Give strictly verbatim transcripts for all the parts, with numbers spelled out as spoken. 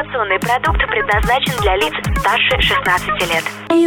Информационный продукт предназначен для лиц старше шестнадцати лет.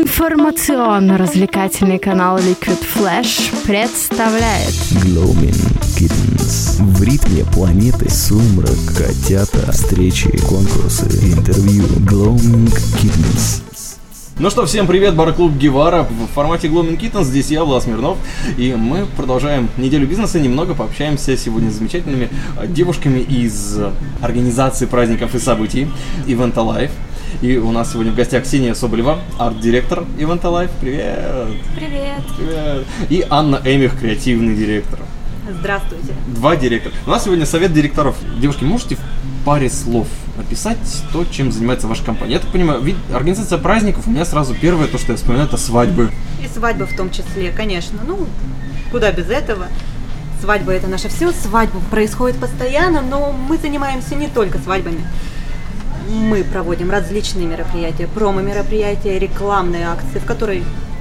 Информационно-развлекательный канал Liquid Flash представляет Gloaming Kittens. В ритме планеты сумрак, котята, встречи, конкурсы, интервью. Gloaming Kittens. Ну что, всем привет, бар-клуб Гевара в формате Gloaming Kittens, здесь я, Влад Смирнов, и мы продолжаем неделю бизнеса, немного пообщаемся сегодня с замечательными девушками из организации праздников и событий Event Alive. И у нас сегодня в гостях Ксения Соболева, арт-директор Event Alive. Привет! Привет! Привет! И Анна Эмих, креативный директор. Здравствуйте. Два директора. У нас сегодня совет директоров. Девушки, можете в паре слов описать то, чем занимается ваша компания? Я так понимаю, ведь организация праздников, у меня сразу первое, то, что я вспоминаю, это свадьбы. И свадьбы в том числе, конечно. Ну, куда без этого. Свадьба – это наше все. Свадьба происходит постоянно, но мы занимаемся не только свадьбами. Мы проводим различные мероприятия, промо-мероприятия, рекламные акции, в которой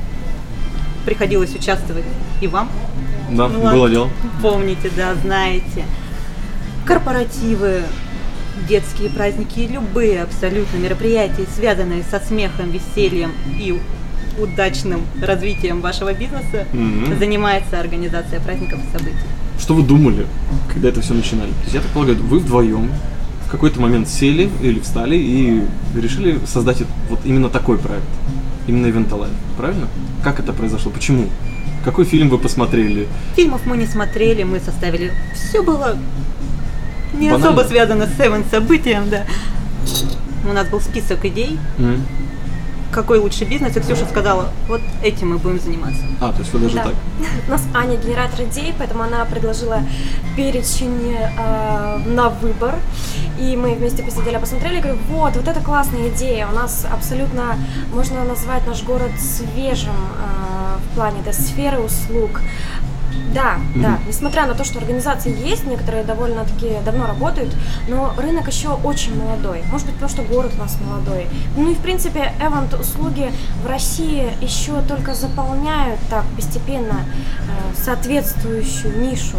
приходилось участвовать и вам. Да, ну, было дело. Помните, да, знаете. Корпоративы, детские праздники, любые абсолютно мероприятия, связанные со смехом, весельем и удачным развитием вашего бизнеса, mm-hmm. занимается организация праздников и событий. Что вы думали, когда это все начинали? То есть, я так полагаю, вы вдвоем в какой-то момент сели или встали и решили создать вот именно такой проект, именно Event Alive, правильно? Как это произошло? Почему? Какой фильм вы посмотрели? Фильмов мы не смотрели, мы составили. Все было не банально? Особо связано с Event событием, да. У нас был список идей. Mm. Какой лучший бизнес, и Ксюша сказала, вот этим мы будем заниматься. А, то есть вы даже да. так? У нас Аня генератор идей, поэтому она предложила перечень э, на выбор. И мы вместе посидели, посмотрели, и говорю, вот, вот это классная идея. У нас абсолютно, можно назвать наш город свежим э, в плане этой сферы услуг. Да, mm-hmm. да, несмотря на то, что организации есть, некоторые довольно-таки давно работают, но рынок еще очень молодой. Может быть, потому что город у нас молодой. Ну и, в принципе, эвент-услуги в России еще только заполняют так постепенно э, соответствующую нишу.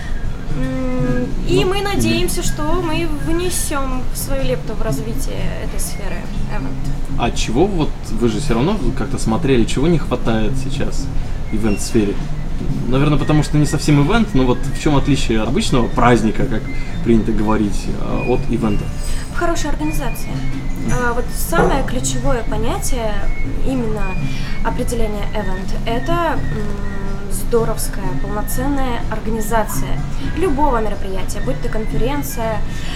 И мы надеемся, что мы внесем свою лепту в развитие этой сферы эвент. А чего вот вы же все равно как-то смотрели, чего не хватает сейчас в ивент-сфере? Наверное, потому что не совсем ивент, но вот в чем отличие от обычного праздника, как принято говорить, от ивента? В хорошей организации. А вот самое ключевое понятие, именно определение event, это здоровская, полноценная организация любого мероприятия, будь то конференция,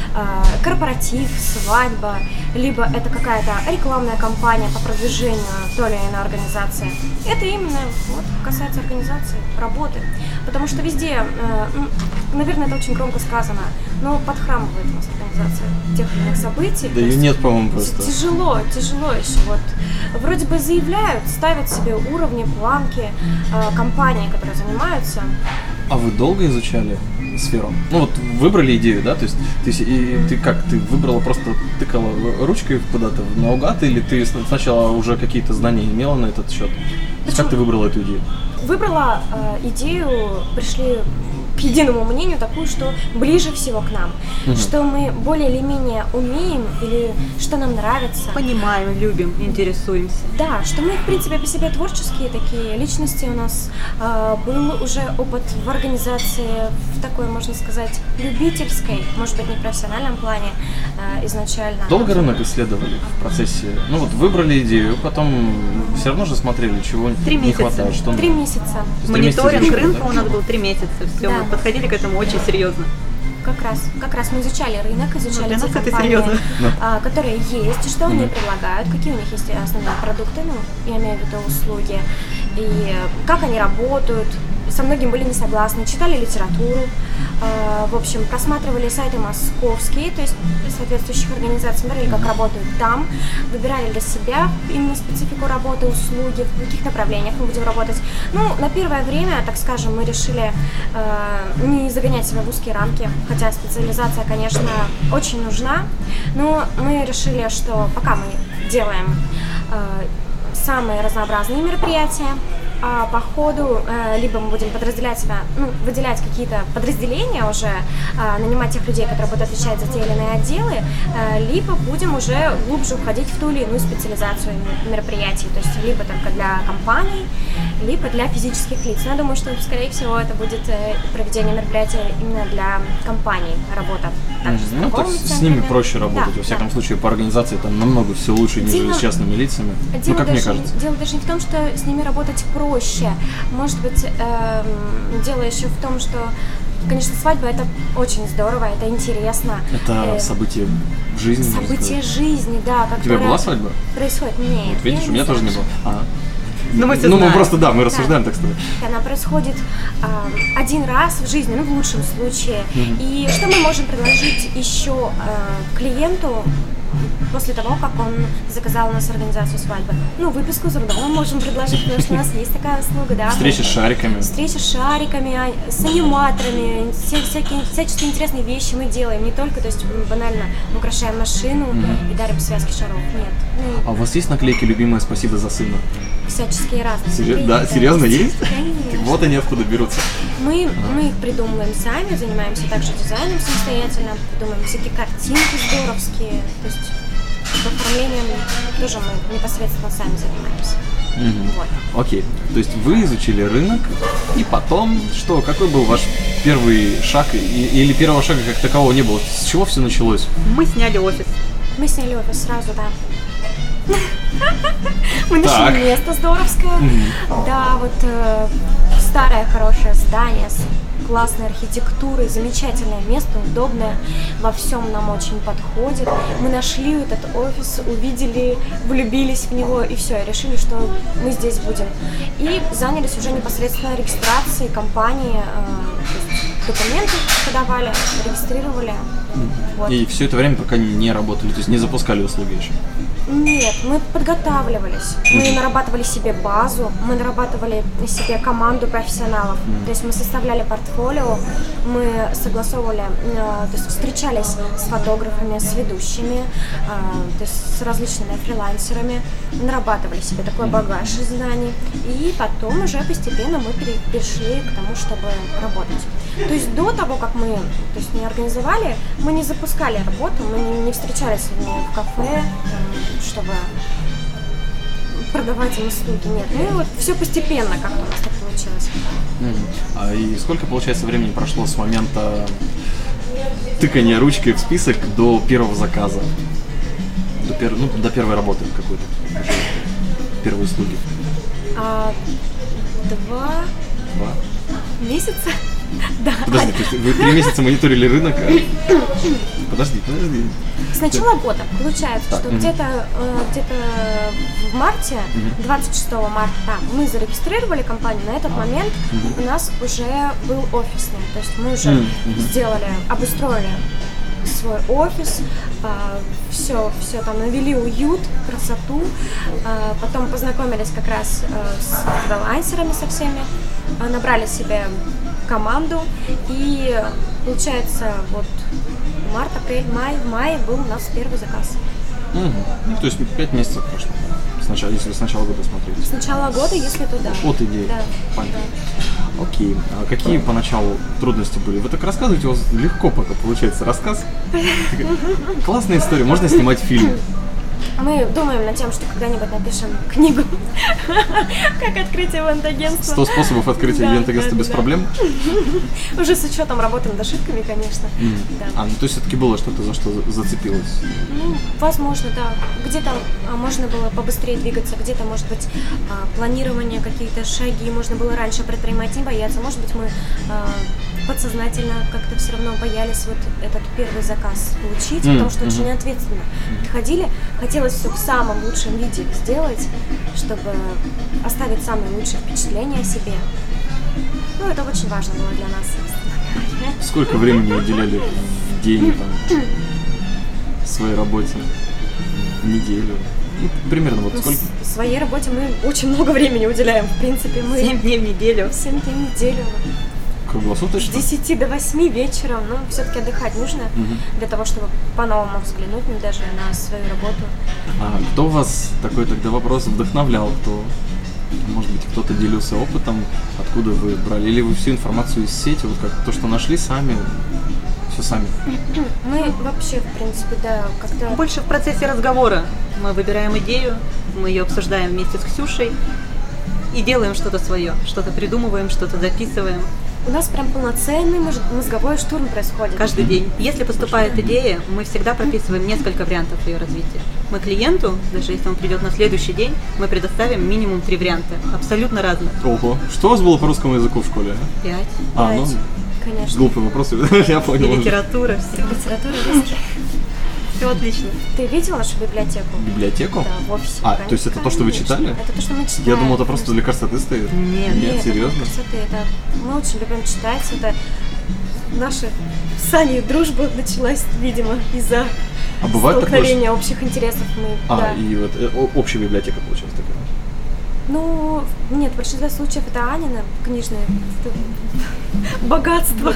корпоратив, свадьба, либо это какая-то рекламная кампания по продвижению той или иной организации. Это именно вот, касается организации, работы. Потому что везде, наверное, это очень громко сказано, но подхрамывает у нас организация тех или иных событий. Да ее нет, по-моему, просто. Тяжело, тяжело еще. Вот. Вроде бы заявляют, ставят себе уровни, планки компании, которые занимаются. А вы долго изучали сферу? Ну вот выбрали идею, да? То есть ты, и, ты как, ты выбрала, просто тыкала ручкой куда-то наугад, или ты сначала уже какие-то знания имела на этот счет? Как ты выбрала эту идею? Выбрала э, идею, пришли к единому мнению такую, что ближе всего к нам, угу. что мы более или менее умеем или что нам нравится. Понимаем, любим, интересуемся. Да, что мы, в принципе, по себе творческие такие личности. У нас э, был уже опыт в организации, в такой, можно сказать, любительской, может быть, не профессиональном плане э, изначально. Долго рынок исследовали в процессе? Ну вот выбрали идею, потом все равно же смотрели, чего три не месяца. хватает. Что три месяца. Мониторинг месяца рынка да? у нас был три месяца. Все, да. Мы подходили к этому очень серьезно. Как раз, как раз мы изучали рынок, изучали ну, те компании, да. а, которые есть, что mm-hmm. они предлагают, какие у них есть основные продукты, ну, я имею в виду услуги, и как они работают. Со многим были не согласны, читали литературу, э, в общем, просматривали сайты московские, то есть соответствующих организаций, смотрели, как работают там, выбирали для себя именно специфику работы, услуги, в каких направлениях мы будем работать. Ну, на первое время, так скажем, мы решили э, не загонять себя в узкие рамки, хотя специализация, конечно, очень нужна, но мы решили, что пока мы делаем э, самые разнообразные мероприятия, а по ходу э, либо мы будем подразделять себя, ну, выделять какие-то подразделения уже, э, нанимать тех людей, которые будут отвечать за те или иные отделы, э, либо будем уже глубже уходить в ту или иную специализацию мероприятий, то есть либо только для компаний, либо для физических лиц. Но я думаю, что, скорее всего, это будет э, проведение мероприятия именно для компаний, работа также Mm-hmm. с Ну, так торговыми с центрами. ними проще работать. Да, Во всяком да. случае, по организации там намного все лучше, нежели Дело- с частными лицами. Ну, Дело, как мне даже, кажется. дело даже не в том, что с ними работать проще. Может быть, эм, дело еще в том, что, конечно, свадьба — это очень здорово, это интересно. Это Э, событие в жизни. можно событие сказать. жизни, да. У тебя была свадьба? Происходит. Нет. Вот видишь, я у меня не тоже не знаю. было. А. Ну, мы всё ну, мы знаем. просто, да, мы рассуждаем, так сказать. Она происходит э, один раз в жизни, ну, в лучшем случае. И что мы можем предложить еще э, клиенту после того, как он заказал у нас организацию свадьбы? Ну, выписку из роддома мы можем предложить, потому что у нас есть такая услуга, да. Встречи с шариками. Встречи с шариками, а- с аниматорами, все, всякие, всяческие интересные вещи мы делаем. Не только, то есть, м, банально украшаем машину и дарим связки шаров. Нет. Ну, А у вас есть наклейки «Любимое, спасибо за сына»? всяческие разные. Серьё- наклейки, да, серьезно есть? Конечно. Так вот они откуда берутся. Мы, мы их придумываем сами, занимаемся также дизайном самостоятельно, придумываем всякие картинки здоровские, то есть оформлением тоже мы непосредственно сами занимаемся. Мгм. Вот. Окей, то есть вы изучили рынок, и потом что, какой был ваш первый шаг, и- или первого шага как такового не было? С чего все началось? Мы сняли офис. Мы сняли офис сразу, да. Мы Так. нашли место здоровское. Да, вот э, старое хорошее здание с классной архитектурой, замечательное место, удобное, во всем нам очень подходит. Мы нашли этот офис, увидели, влюбились в него и все, и решили, что мы здесь будем. И занялись уже непосредственно регистрацией компании, э, то есть документы подавали, регистрировали. Вот. И все это время пока не работали, то есть не запускали услуги еще. Нет, мы подготавливались, мы нарабатывали себе базу, мы нарабатывали себе команду профессионалов. То есть мы составляли портфолио, мы согласовывали, э, то есть встречались с фотографами, с ведущими, э, то есть с различными фрилансерами, нарабатывали себе такой багаж из знаний. И потом уже постепенно мы пере- перешли к тому, чтобы работать. То есть до того, как мы то есть, не организовали, мы не запускали работу, мы не, не встречались ни в кафе, там, чтобы продавать им услуги. Нет, ну вот все постепенно как-то у нас так получилось. Мгм. А и сколько, получается, времени прошло с момента тыкания ручкой в список до первого заказа? До, пер- ну, до первой работы какой-то, уже первой услуги? А, два Два? месяца? Да. Подожди, то есть вы три месяца мониторили рынок? а- Подожди, подожди. С начала года получается, Так, что мгм. где-то э, где-то в марте, двадцать шестого марта, да, мы зарегистрировали компанию. На этот момент у нас уже был офисный, то есть мы уже Мгм, мгм. сделали, обустроили свой офис, все, все там навели уют, красоту, а, потом познакомились как раз э, с фрилансерами со всеми, а, набрали себе команду и получается вот март, апрель, май, в мае был у нас первый заказ. Мгм. Ну, то есть пять месяцев прошло. Сначала, если с начала года смотреть. С начала года, если туда. От идеи. Да. Понятно. Окей. А какие поначалу трудности были? Вы так рассказываете, у вас легко пока получается рассказ. Такая классная история, можно снимать фильм. Мы думаем над тем, что когда-нибудь напишем книгу, как открыть ивент-агентство. сто способов открытия Да, ивент-агентства да, без да. проблем. Уже с учетом работы над ошибками, конечно. Да. А, ну то есть все-таки было что-то, за что за- зацепилось. Ну, возможно, да. Где-то а, можно было побыстрее двигаться, где-то, может быть, а, планирование, какие-то шаги можно было раньше предпринимать, не бояться. Может быть, мы а, подсознательно как-то все равно боялись вот этот первый заказ получить, Мгм, потому что очень мгм. ответственно приходили. Хотелось все в самом лучшем виде сделать, чтобы оставить самые лучшие впечатления о себе. Ну, это очень важно было для нас, собственно говоря. Сколько времени уделяли в день там, своей работе? В неделю? Ну, примерно вот Ну, сколько? с- своей работе мы очень много времени уделяем. В принципе, мы Семь дней в неделю. семь дней в неделю. С Круглосуточно? десяти до восьми вечером. Ну, все-таки отдыхать нужно Мгм. для того, чтобы по-новому взглянуть ну, даже на свою работу. А кто вас, такой тогда вопрос, вдохновлял? Кто может быть, кто-то делился опытом, откуда вы брали, или вы всю информацию из сети, вот как то, что нашли сами, все сами? Мы вообще, в принципе, да, как-то... Больше в процессе разговора. Мы выбираем идею, мы ее обсуждаем вместе с Ксюшей и делаем что-то свое, что-то придумываем, что-то записываем. У нас прям полноценный мозговой штурм происходит. Каждый день. Если поступает идея, мы всегда прописываем несколько вариантов ее развития. Мы клиенту, даже если он придет на следующий день, мы предоставим минимум три варианта, абсолютно разных. Ого. Что у вас было по русскому языку в школе? Пять. А, ну, конечно. Глупый вопрос, я понял. И литература, все. Литература, русский. Все отлично. Ты видел нашу библиотеку? Библиотеку? Да, в офисе. А, то есть это то, что вы читали? Это то, что мы читаем. Я думал, это просто для красоты стоит. Нет, Нет, серьезно? Это красоты. Это... Мы очень любим читать. Это наша с Аней дружба началась, видимо, из-за А бывает столкновения такое, общих интересов. Мы, А, да. и вот э, о- общая библиотека получилась такая. Ну, нет, в большинстве случаев это Анина книжное богатство.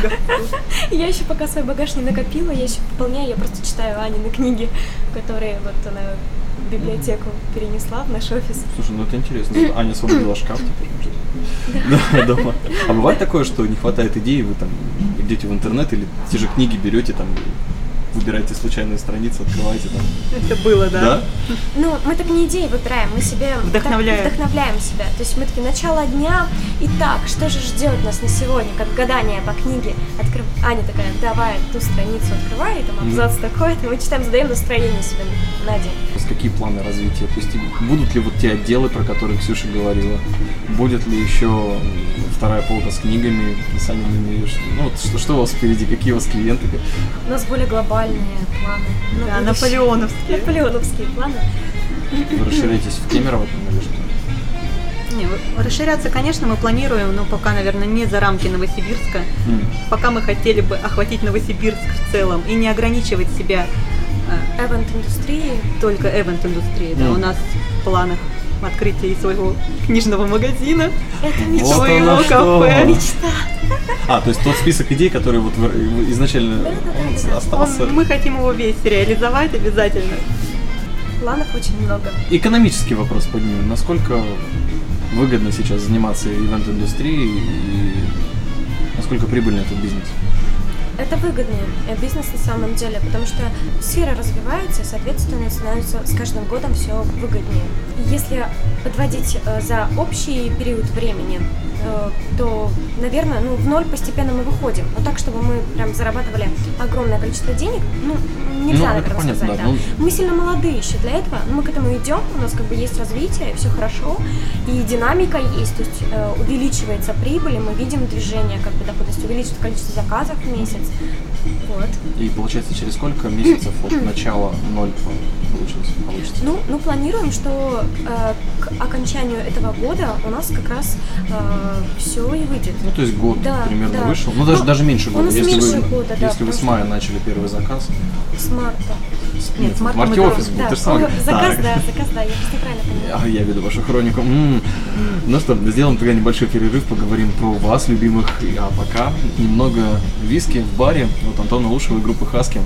Я еще пока свой багаж не накопила, я еще пополняю, я просто читаю Анины книги, которые вот она в библиотеку перенесла в наш офис. Слушай, ну это интересно. Аня освободила шкаф теперь может. Да, дома. А бывает такое, что не хватает идеи, вы там идете в интернет или те же книги берете, там выбираете случайную страницу, открываете там. Это было, да? Да? Ну, мы так не идеи выбираем, мы себе Вдохновляем. так вдохновляем себя. То есть мы такие, начало дня, и так, что же ждет нас на сегодня, как гадание по книге. Открыв... Аня такая, давай ту страницу открывай, и там абзац mm-hmm. такой-то, мы читаем, задаем настроение себе на день. То есть какие планы развития? То есть будут ли вот те отделы, про которые Ксюша говорила? Будет ли еще вторая полка с книгами, с анимами? Ну, вот что, что у вас впереди, какие у вас клиенты? У нас более глобальные планы. Да, наполеоновские. Наполеоновские планы. Вы расширяетесь в Кемерово там, или что? Не, расширяться, конечно, мы планируем, но пока, наверное, не за рамки Новосибирска. Mm. Пока мы хотели бы охватить Новосибирск в целом и не ограничивать себя э, эвент-индустрией. Только эвент-индустрией. Mm. Да, у нас в планах открытие своего книжного магазина. Это мечта. Вот своего оно что. кафе. Мечта. А, то есть тот список идей, который вот вы- изначально Да, да, он да, да. остался. Он- мы хотим его весь реализовать обязательно. Планов очень много. Экономический вопрос поднимем. Насколько выгодно сейчас заниматься ивент-индустрией и насколько прибыльный этот бизнес? Это выгодный бизнес на самом деле, потому что сфера развивается, и, соответственно, становится с каждым годом все выгоднее. И если подводить э, за общий период времени, э, то, наверное, ну, в ноль постепенно мы выходим. Но так, чтобы мы прям зарабатывали огромное количество денег, ну, нельзя, Ну, это наверное, понятно, сказать. да, Да. ну- Мы сильно молодые еще для этого, но мы к этому идем, у нас как бы есть развитие, все хорошо, и динамика есть, то есть э, увеличивается прибыль, и мы видим движение, как бы доходность, увеличивается количество заказов в месяц. Вот. И получается, через сколько месяцев от начала ноль получилось, получится? Ну, ну, планируем, что э, к окончанию этого года у нас как раз э, все и выйдет. Ну, то есть год Да, примерно да. вышел. Ну, даже, Ну, даже меньше у года. нас Если меньше вы, года, да, если вы потому с что- мая начали первый заказ. С марта. Нет, с в марта марте мы офис был, Да, ты же сам. о, заказ, Так. да, заказ, да, я просто неправильно поняла. А, я веду вашу хронику. М-м. Ну что, сделаем тогда небольшой перерыв, поговорим про вас, любимых. А пока немного виски в баре от Антона Лушева и группы Хаски.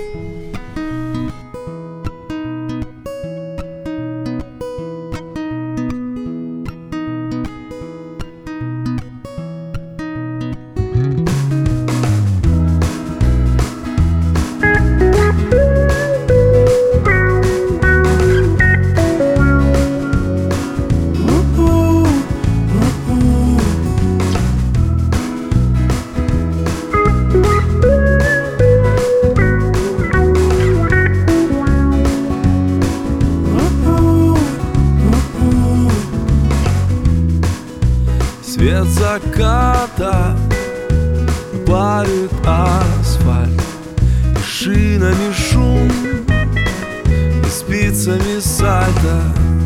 Свет заката плавит асфальт, и шинами шум, и спицами сальто.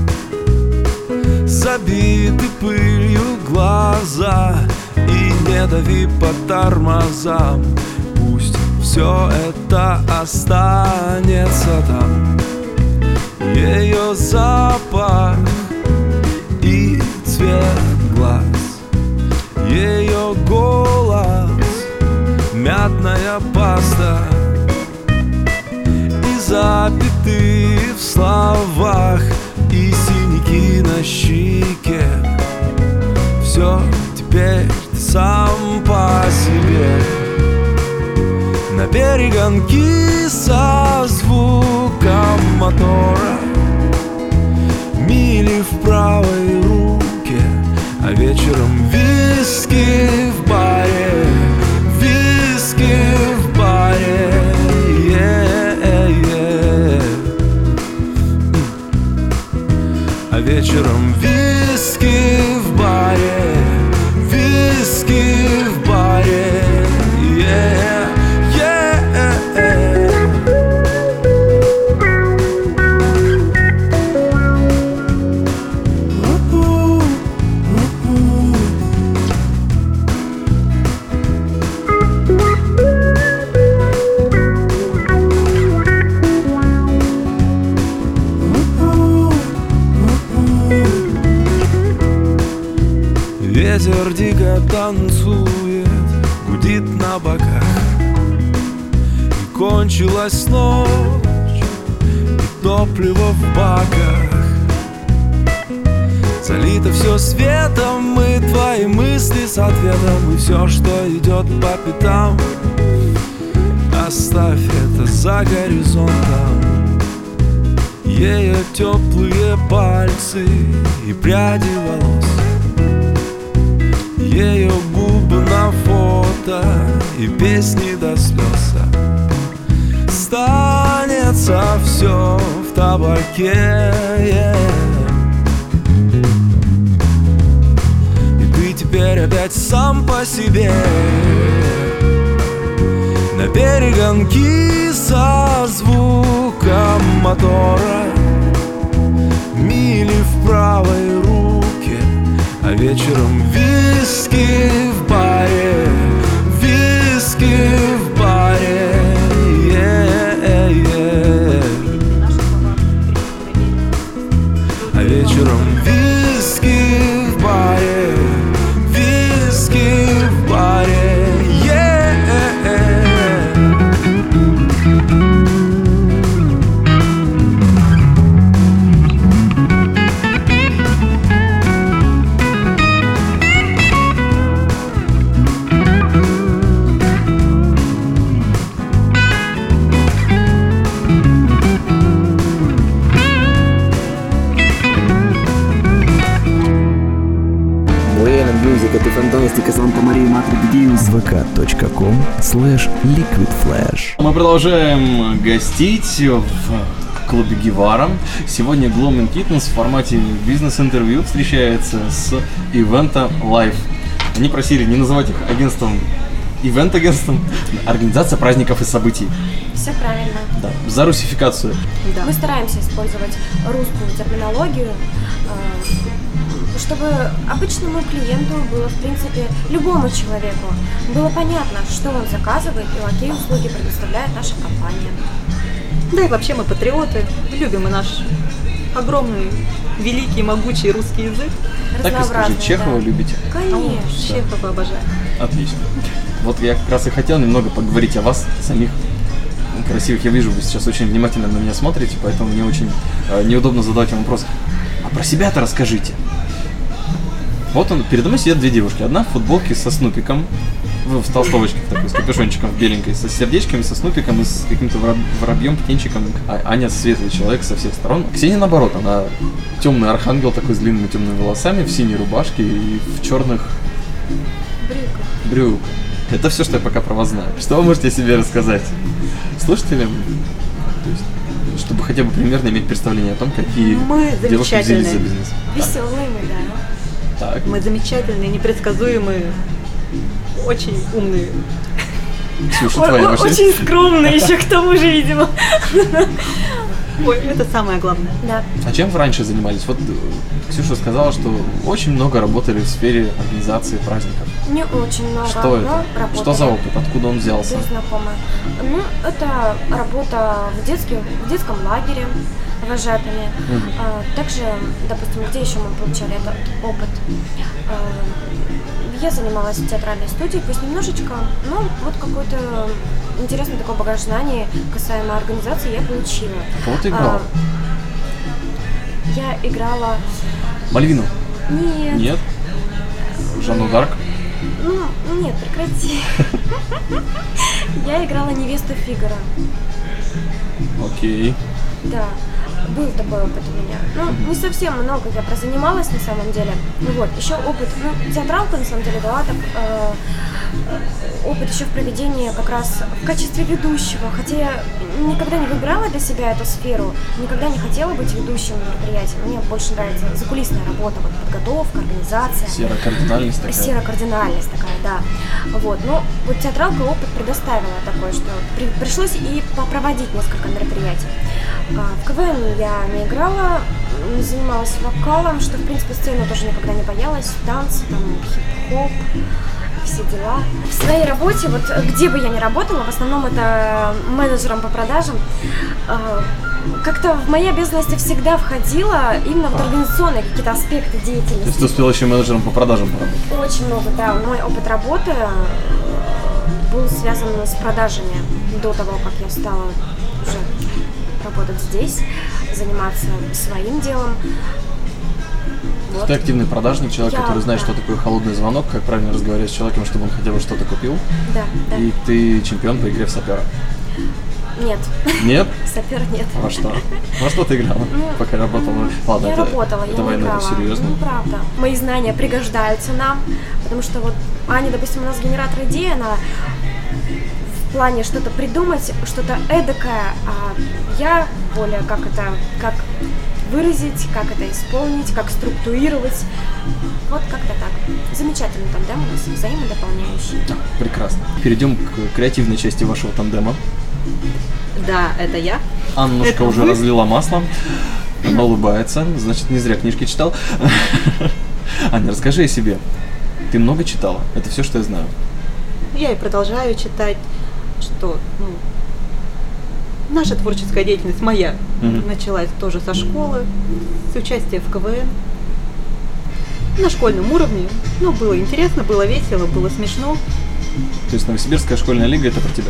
Забиты пылью глаза, и не дави по тормозам. Пусть все это останется там. Ее запах и цвет глаз, ее голос, мятная паста, и запятые в словах, и синяки на щеке. перегонки со звуком мотора, мили в правой руке, а вечером виски в баре, виски в баре, yeah, yeah. А вечером виски в баре, виски в баре, yeah, yeah. Ветер дико танцует, гудит на боках. И кончилась ночь, и топливо в баках. Залито все светом, и твои мысли с ответом, и все, что идет по пятам. Оставь это за горизонтом. Ее теплые пальцы и пряди волос, ее губы на фото и песни до слез. Станется все в табаке, yeah. И ты теперь опять сам по себе, на перегонки со звуком мотора, мили в правой руке, а вечером виски в баре, виски в баре, yeah, yeah. А вечером виски в баре, виски в баре, yeah. Это фантастика, Санта-Мария, Матрик, vk.com слэш liquidflash. Мы продолжаем гостить в клубе Гевара. Сегодня Gloaming Kittens в формате бизнес-интервью встречается с Event Life. Они просили не называть их агентством, ивент-агентством, организация праздников и событий. Все правильно. Да, за русификацию. Да. Мы стараемся использовать русскую терминологию, чтобы обычному клиенту было, в принципе, любому человеку было понятно, что он заказывает и какие услуги предоставляет наша компания. Да и вообще мы патриоты, любим и наш огромный, великий, могучий русский язык. Так и скажи, Чехова да. любите? Конечно. Да. Чехова обожаю. Отлично. Вот я как раз и хотел немного поговорить о вас самих. Красивых. Я вижу, вы сейчас очень внимательно на меня смотрите, поэтому мне очень э, неудобно задавать вам вопрос. А про себя-то расскажите. Вот он, передо мной сидят две девушки. Одна в футболке со Снупиком, в, в толстовочке такой, с капюшончиком в беленькой, со сердечками, со Снупиком и с каким-то воробьем, птенчиком. А Аня светлый человек со всех сторон. Ксения наоборот, она темный архангел такой с длинными темными волосами, в синей рубашке и в черных брюках. брюках. Это все, что я пока про вас знаю. Что вы можете о себе рассказать слушателям? То есть, чтобы хотя бы примерно иметь представление о том, какие мы девушки взялись за бизнес. Веселые мы, да. Так. Мы замечательные, непредсказуемые, очень умные. Ксюша, твоя Ой, очень скромные еще к тому же, видимо. Ой, это самое главное. Да. А чем вы раньше занимались? Вот Ксюша сказала, что очень много работали в сфере организации праздников. Не очень много. Что это? Работали. Что за опыт? Откуда он взялся? Без знакомых. Ну, это работа в, детских, в детском лагере вожатыми. Mm-hmm. А, также, допустим, где еще мы получали этот опыт? А, я занималась в театральной студии, пусть немножечко, но вот какой-то интересный такой багаж знаний касаемо организации я получила. Кого ты играла? А, я играла... Мальвину? Нет. Нет? Жанну Дарк? Ну, нет, прекрати. Я играла невесту Фигаро. Окей. Да, был такой опыт у меня. Ну, не совсем много я прозанималась на самом деле. Ну вот, еще опыт, ну, театралка на самом деле дала так, э, опыт еще в проведении как раз в качестве ведущего. Хотя я никогда не выбирала для себя эту сферу, никогда не хотела быть ведущим мероприятия. Мне больше нравится закулисная работа, вот, подготовка, организация. Серокардинальность такая. Серокардинальность такая, да. Вот, но вот театралка опыт предоставила такой, что при, пришлось и попроводить несколько мероприятий. В КВН я не играла, занималась вокалом, что, в принципе, сцену тоже никогда не боялась, танцы, там, хип-хоп, все дела. В своей работе, вот где бы я ни работала, в основном это менеджером по продажам, как-то в мои обязанности всегда входило именно вот организационные какие-то аспекты деятельности. То есть ты успела еще менеджером по продажам поработать? Очень много, да. Мой опыт работы был связан с продажами до того, как я стала уже работать здесь, заниматься своим делом. Вот. Ты активный продажник, человек, я, который знает, да. что такое холодный звонок, как правильно разговаривать с человеком, чтобы он хотя бы что-то купил. Да, да. И ты чемпион по игре в сапера. Нет. Нет? Сапер нет. Во что? Во что ты играла, Ну, пока работала? Ладно, я это, работала, это я не война, играла. это серьезно. Ну, правда. Мои знания пригождаются нам, потому что вот Аня, допустим, у нас генератор идеи, она в плане что-то придумать, что-то эдакое, а я более как это, как выразить, как это исполнить, как структурировать. Вот как-то так. Замечательный тандем у нас, взаимодополняющий. Да, прекрасно. Перейдем к креативной части вашего тандема. Да, это я. Аннушка Это уже вы? разлила масло. Она улыбается. Значит, не зря книжки читал. Аня, расскажи о себе. Ты много читала? Это все, что я знаю. Я и продолжаю читать, что, ну, наша творческая деятельность моя Мгм. началась тоже со школы, с участия в КВН. На школьном уровне. Ну, было интересно, было весело, было смешно. То есть Новосибирская школьная лига — это про тебя?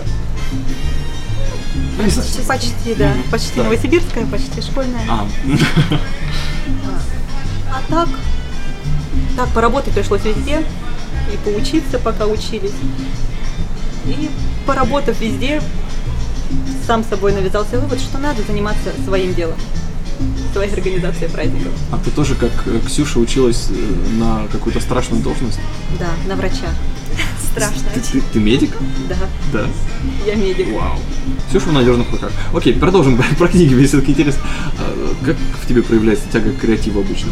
Ну, не знаю. Почти, да. Почти Да. новосибирская, почти школьная. А, А так, так поработать пришлось везде, и поучиться, пока учились. И поработав везде, сам собой навязался вывод, что надо заниматься своим делом, своей организацией праздников. а ты тоже, как э, Ксюша, училась э, на какую-то страшную должность? Да, на врача. Страшно. Ты, ты- ты медик? Да, Да. я медик. Вау. Ксюша в надежных руках. Окей, продолжим про книги, мне все-таки интересно. А, как в тебе проявляется тяга к креативу обычно?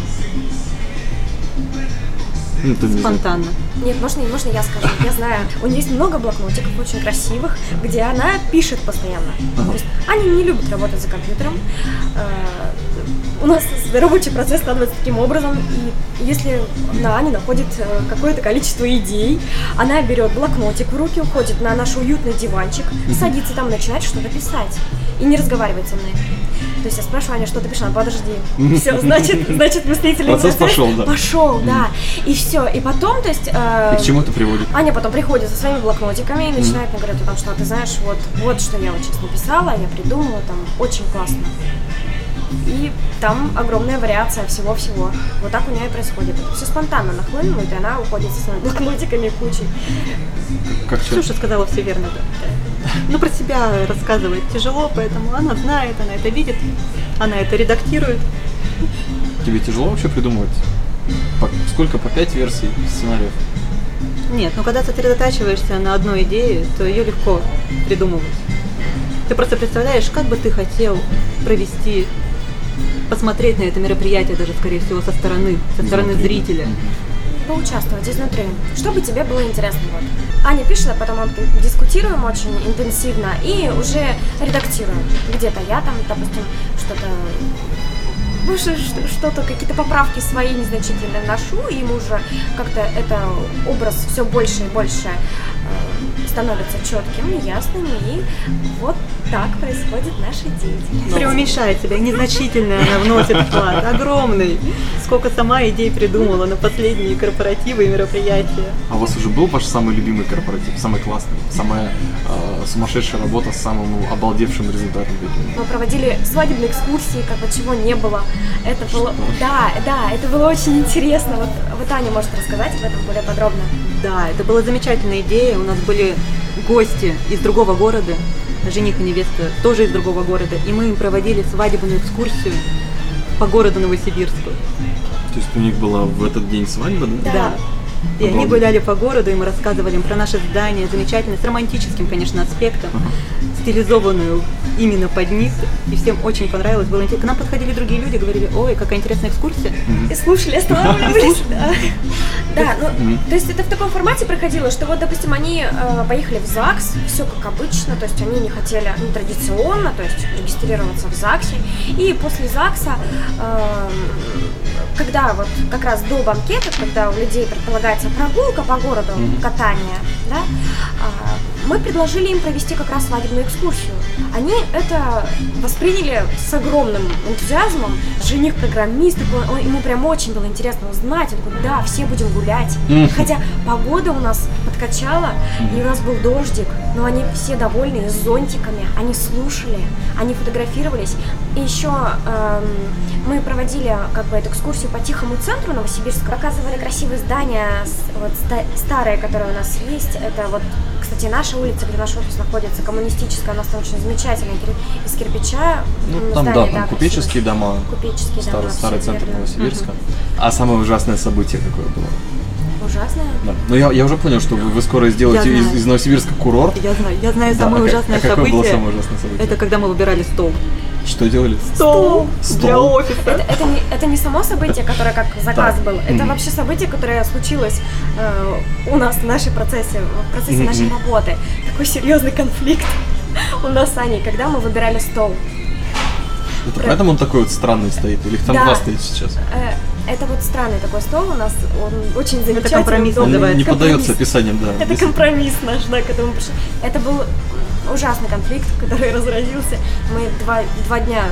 Ну, ты не знаю. Спонтанно. Нет, можно, можно я скажу. Я знаю, у нее есть много блокнотиков очень красивых, где она пишет постоянно. Ага. То есть Аня не любит работать за компьютером. Э, У нас рабочий процесс складывается таким образом, и если на Аня находит э, какое-то количество идей, она берет блокнотик в руки, уходит на наш уютный диванчик, садится там, начинает что-то писать и не разговаривает со мной. То есть я спрашиваю: Аня, что ты пишешь? Она: подожди. Все, значит, значит мыслительный Процесс пошел, да. Пошел, да. И все. И потом, то есть... э, И к чему это приводит? Аня потом приходит со своими блокнотиками и начинает мне говорить о том, что ты знаешь, вот, вот что я вот сейчас написала, я придумала, там очень классно. И там огромная вариация всего-всего. Вот так у нее и происходит. Это все спонтанно нахлынуло, и она уходит со своими блокнотиками кучей. Как чё? Ксюша сказала все верно, да. Ну, про себя рассказывать тяжело, поэтому она знает, она это видит, она это редактирует. Тебе тяжело вообще придумывать? По- сколько? По пять версий сценариев? Нет, ну когда ты сосредотачиваешься на одной идее, то ее легко придумывать. Ты просто представляешь, как бы ты хотел провести, посмотреть на это мероприятие даже, скорее всего, со стороны, со стороны Изнутри. зрителя. Поучаствовать изнутри. Чтобы тебе было интересно. Вот. Аня пишет, а потом мы дискутируем очень интенсивно и уже редактируем. Где-то я там, допустим, что-то ну, ш- ш- что-то, какие-то поправки свои незначительные ношу, и мы уже как-то это образ все больше и больше э, становится четким, ясным, и вот так происходит наша деятельность. Преуменьшает себя, незначительно она вносит вклад, огромный. Сколько сама идей придумала на последние корпоративы и мероприятия. А у вас уже был ваш самый любимый корпоратив, самый классный, самая э, сумасшедшая работа с самым ну, обалдевшим результатом? Мы проводили свадебные экскурсии, как бы чего не было. Это Что? было, да, да, это было очень интересно. Вот, вот Аня может рассказать об этом более подробно. Да, это была замечательная идея. У нас были гости из другого города, жених и невеста тоже из другого города, и мы им проводили свадебную экскурсию по городу Новосибирску. То есть у них была в этот день свадьба, да? Да. И они гуляли по городу, и мы рассказывали им про наше здание, замечательное, с романтическим, конечно, аспектом, стилизованную именно под них, и всем очень понравилось, было интересно. К нам подходили другие люди, говорили: ой, какая интересная экскурсия. И слушали, останавливались. Да, ну, то есть это в таком формате проходило, что вот, допустим, они э, поехали в ЗАГС, все как обычно, то есть они не хотели, ну, традиционно, то есть регистрироваться в ЗАГСе, и после ЗАГСа, э, когда вот как раз до банкета, когда у людей предполагается прогулка по городу, катание, да, э, мы предложили им провести как раз свадебную экскурсию. Они это восприняли с огромным энтузиазмом. Жених программист, такой, он, ему прям очень было интересно узнать. Он говорит: да, все будем гулять. Mm-hmm. Хотя погода у нас подкачала, mm-hmm. и у нас был дождик, но они все довольны, с зонтиками. Они слушали, они фотографировались. И еще эм, мы проводили как бы эту экскурсию по тихому центру Новосибирска, показывали красивые здания, вот, ста- старые, которые у нас есть. Это вот, кстати, наша улица, где наш офис находится, коммунистическая, у нас там очень замечательная, из кирпича. Ну, там, здание, да, там да, купеческие дома, купеческие старый, дома, старый центр верно. Новосибирска. Угу. А самое ужасное событие какое было? Ужасное? Да. Ну, я, я уже понял, что вы, вы скоро сделаете из, из Новосибирска курорт. Я знаю, я знаю Да, самое а ужасное а какое событие. было самое ужасное событие? Это когда мы выбирали стол. Что делали? Стол, Стол. для офиса. Это, это, не, это не само событие, которое как заказ был, это Mm-hmm. вообще событие, которое случилось э, у нас в нашей процессе, в процессе Mm-hmm. нашей работы. Такой серьезный конфликт у нас с Аней, когда мы выбирали стол. Это поэтому он такой вот странный стоит? Или их там Да. два стоит сейчас? Э, это вот странный такой стол у нас, он очень замечательный. компромисс удобный. называется. Он не Компромисс. поддается описаниям, да. Это Здесь- компромисс наш, да, к этому пришли. Это был ужасный конфликт, который разразился. Мы два, два дня...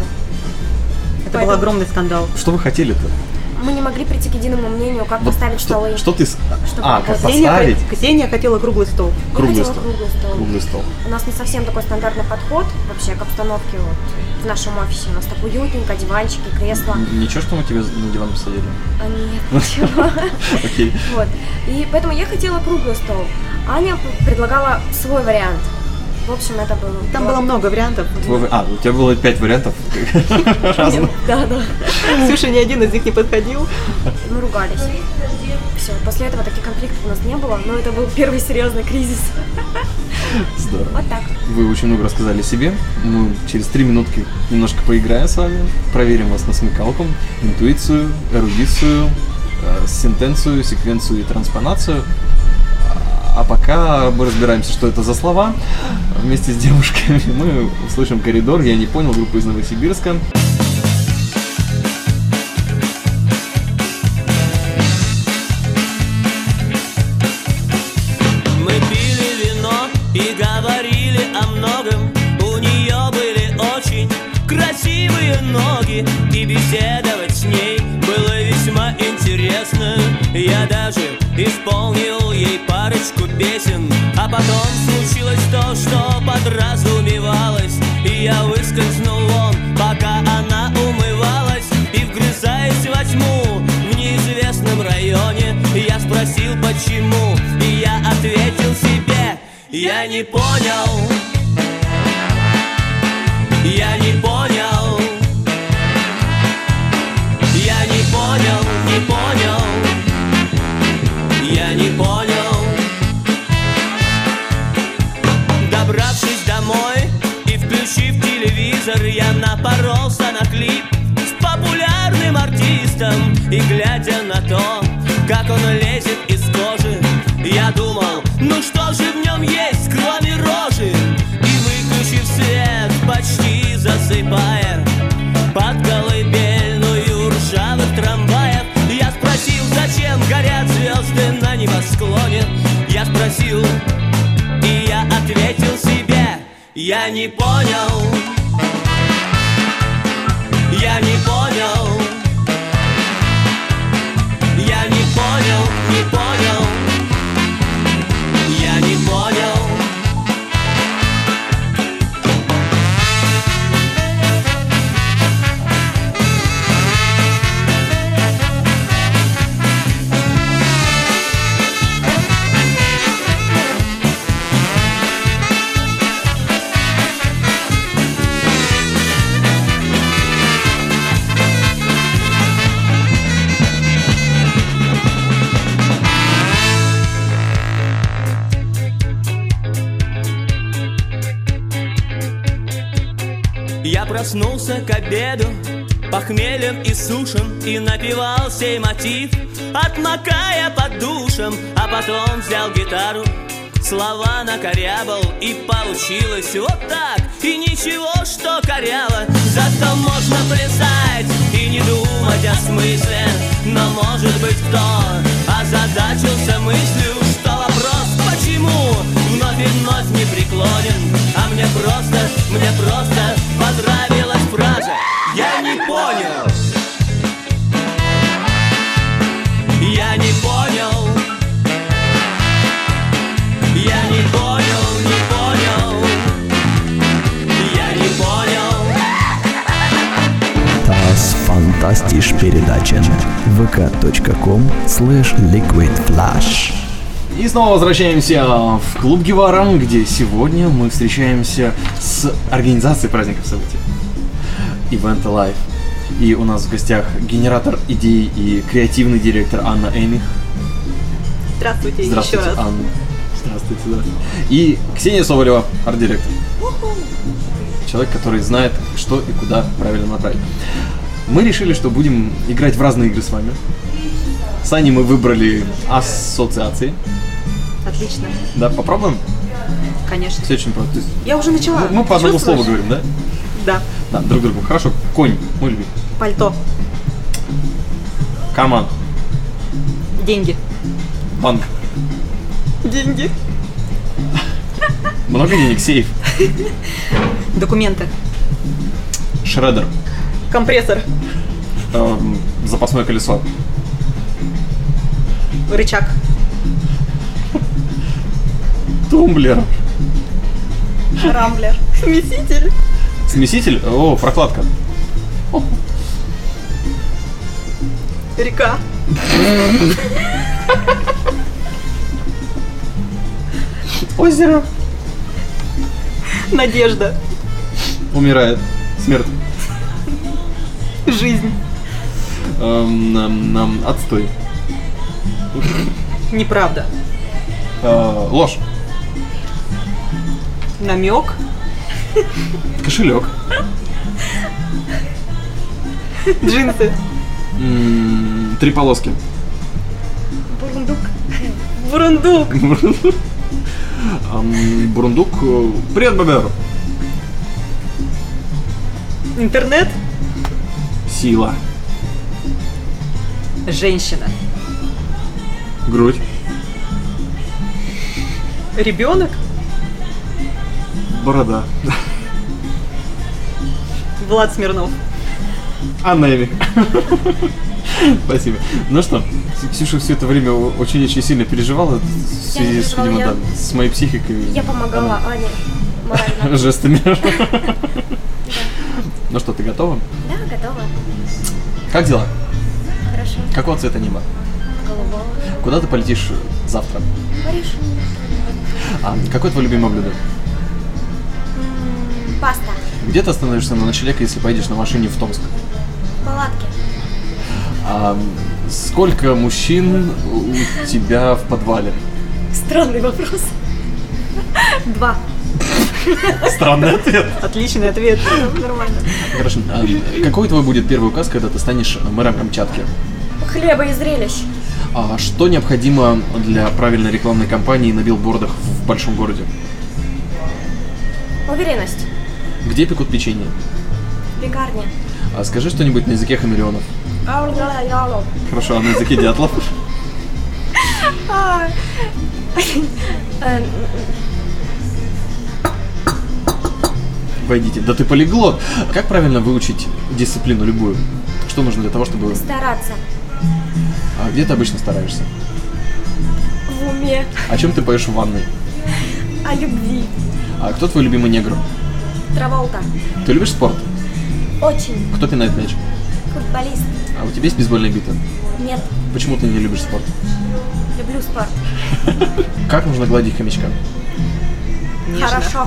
Это Поэтому был огромный скандал. Что вы хотели-то? мы не могли прийти к единому мнению, как Вот поставить что, столы. Что ты... с- Чтобы А, как показать. поставить? Ксения хотела круглый стол. Я Круглый хотела стол. круглый стол. Круглый стол. У нас не совсем такой стандартный подход вообще к обстановке вот в нашем офисе. У нас так уютненько, диванчики, кресла. Н- Ничего, что мы тебе на диван посадили? А нет, ничего. Окей. Вот. И поэтому я хотела круглый стол. Аня предлагала свой вариант. В общем, это было... Там было много вариантов. Твой- А, у тебя было пять вариантов разных. Да, да. Ксюша ни один из них не подходил. Мы ругались. Все, после этого таких конфликтов у нас не было, но это был первый серьезный кризис. Здорово. Вот так. Вы очень много рассказали о себе. Мы через три минутки немножко поиграем с вами, проверим вас на смекалку, интуицию, эрудицию, э, сентенцию, секвенцию и транспонацию. А пока мы разбираемся, что это за слова, вместе с девушками мы услышим «Коридор», «Я не понял», группа из Новосибирска. Мы пили вино и говорили о многом. У нее были очень красивые ноги, и беседовать с ней было весьма интересно. Я даже исполнил ей парочку песен, а потом случилось то, что подразумевалось, и я выскользнул вон, пока она умывалась. И вгрызаясь во тьму в неизвестном районе, я спросил, почему, и я ответил себе: я не понял, я не понял, я не понял, не понял, я не понял. Добравшись домой и включив телевизор, я напоролся на клип с популярным артистом. И глядя на то, как он лезет из кожи, я думал, ну что же в нем есть, кроме рожи? И выключив свет, почти засыпая под колыбельную ржавых трамваев, я спросил, зачем горят звезды на небосклоне. Я спросил, и я ответил себе: Я не понял, я не понял, я не понял, не понял, я не понял. Я проснулся к обеду, похмелен и сушен, и напевал сей мотив, отмокая под душем, а потом взял гитару, слова накорябал, и получилось вот так, и ничего, что коряло. Зато можно плясать и не думать о смысле, но может быть кто озадачился мыслью, что вопрос почему вновь и вновь не преклонен, а мне просто, мне просто понравилась фраза «Я не понял». Я не понял. Я не понял, не понял. Я не понял. Das fantastisch передача вэ ка точка ком слэш ликвид флэш. И снова возвращаемся в клуб Гевара, где сегодня мы встречаемся с организацией праздников событий Event Alive. И у нас в гостях генератор идей и креативный директор Анна Эмих. Здравствуйте, Здравствуйте, еще раз. Анна. Здравствуйте, да. И Ксения Соболева, арт-директор. Человек, который знает, что и куда правильно направить. Мы решили, что будем играть в разные игры с вами. С Аней мы выбрали ассоциации. Отлично. Да, попробуем? Конечно. Все очень просто. То есть Я уже начала. мы, мы по одному Чувствуешь? слову говорим, да? Да. Да, друг другу. Хорошо. Конь, мой любимый. Пальто. Команд. Деньги. Банк. Деньги. Много денег, сейф. Документы. Шредер. Компрессор. Эм, запасное колесо. Рычаг. Тумблер. Рамблер. Смеситель. Смеситель. О, прокладка. Река. Озеро. Надежда. Умирает. Смерть. Жизнь. Эм, нам, нам отстой. Неправда. Э, ложь. Намек. Кошелек. Джинсы. М, Три полоски. Бурундук. Бурундук. Эм, Бурундук. э, Привет, Бобер. Интернет. Сила. Женщина. Грудь. Ребенок. Борода. Влад Смирнов. Анна Эмих. Спасибо. Ну что, Ксюша все это время очень-очень сильно переживала в Я не связи с, переживала, видимо, я- да, с моей психикой. Я помогала Она- Ане морально. Жестами. Ну что, ты готова? Да, готова. Как дела? Хорошо. Какого цвета небо? Голубого. Куда ты полетишь завтра? Париж. А, какое твое любимое блюдо? М, Паста. Где ты остановишься на ночлег, если поедешь на машине в Томск? Палатки. А, сколько мужчин у тебя в подвале? Странный вопрос. Два. Странный ответ. Отличный ответ. Нормально. Хорошо. А, какой твой будет первый указ, когда ты станешь мэром Камчатки? Хлеба и зрелищ. А что необходимо для правильной рекламной кампании на билбордах в большом городе? Уверенность. Где пекут печенье? Пекарня. А скажи что-нибудь на языке хамелеонов. Ау-ля-ля-ля. Хорошо, а на языке дятлов? А. Э, Пойдите. Да ты полиглот. Как правильно выучить дисциплину любую? Что нужно для того, чтобы... Стараться. А где ты обычно стараешься? В уме. О чем ты поешь в ванной? О любви. А кто твой любимый негр? Траволта. Ты любишь спорт? Очень. Кто пинает мяч? Футболист. А у тебя есть бейсбольная бита? Нет. Почему ты не любишь спорт? Люблю спорт. Как нужно гладить хомячка? Нежно. Хорошо.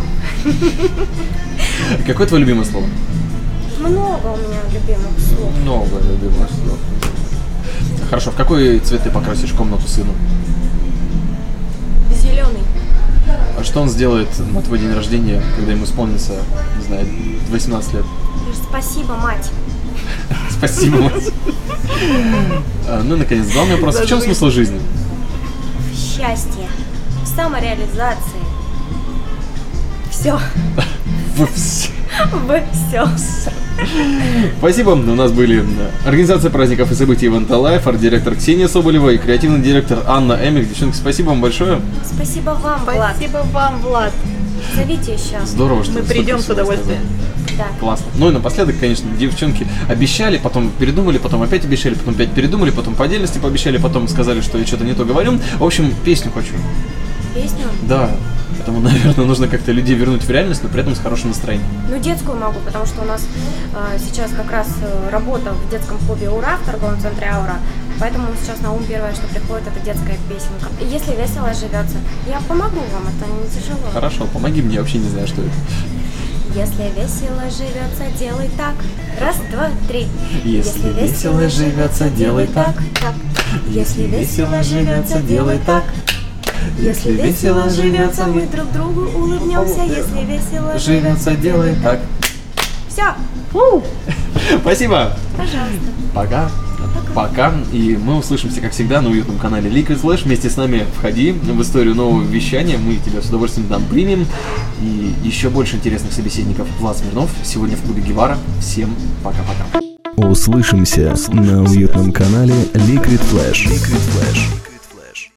Какое твое любимое слово? Много у меня любимых слов. Много любимых слов. Хорошо, в какой цвет ты покрасишь комнату сыну? Зеленый. А что он сделает на твой день рождения, когда ему исполнится, не знаю, восемнадцать лет? Спасибо, мать. Спасибо, мать. А, ну, наконец, главный вопрос. В чем смысл жизни? В счастье. В самореализации. Все. Во все. В все. Спасибо. У нас были организация праздников и событий в Анталайф, арт-директор Ксения Соболева и креативный директор Анна Эмик. Девчонки, спасибо вам большое. Спасибо вам, Влад. Спасибо вам, Влад. Зовите еще. Здорово, что Мы вы придем столько с всего удовольствием. рассказали. Да. Классно. Ну и напоследок, конечно, девчонки обещали, потом передумали, потом опять обещали, потом опять передумали, потом по отдельности пообещали, потом сказали, что я что-то не то говорю. В общем, песню хочу. Песню? Да. Поэтому, наверное, нужно как-то людей вернуть в реальность, но при этом с хорошим настроением. Ну, детскую могу, потому что у нас э, сейчас как раз э, работа в детском клубе «Ура» в торговом центре «Аура». Поэтому сейчас на ум первое, что приходит, это детская песенка. Если весело живется, я помогу вам, это не тяжело. Хорошо, помоги мне, я вообще не знаю, что это. Если весело живется, делай так. Раз, два, три. Если весело живется, делай так. так. Если весело живется, делай так. Если весело живется, мы друг другу улыбнемся. Если весело живется, делай так. Все. Спасибо. Пожалуйста. Пока. Пока. И мы услышимся, как всегда, на уютном канале Liquid Flash. Вместе с нами входи в историю нового вещания. Мы тебя с удовольствием там примем. И еще больше интересных собеседников. Влад Смирнов сегодня в клубе Гевара. Всем пока-пока. Услышимся на уютном канале Liquid Flash. Liquid Flash.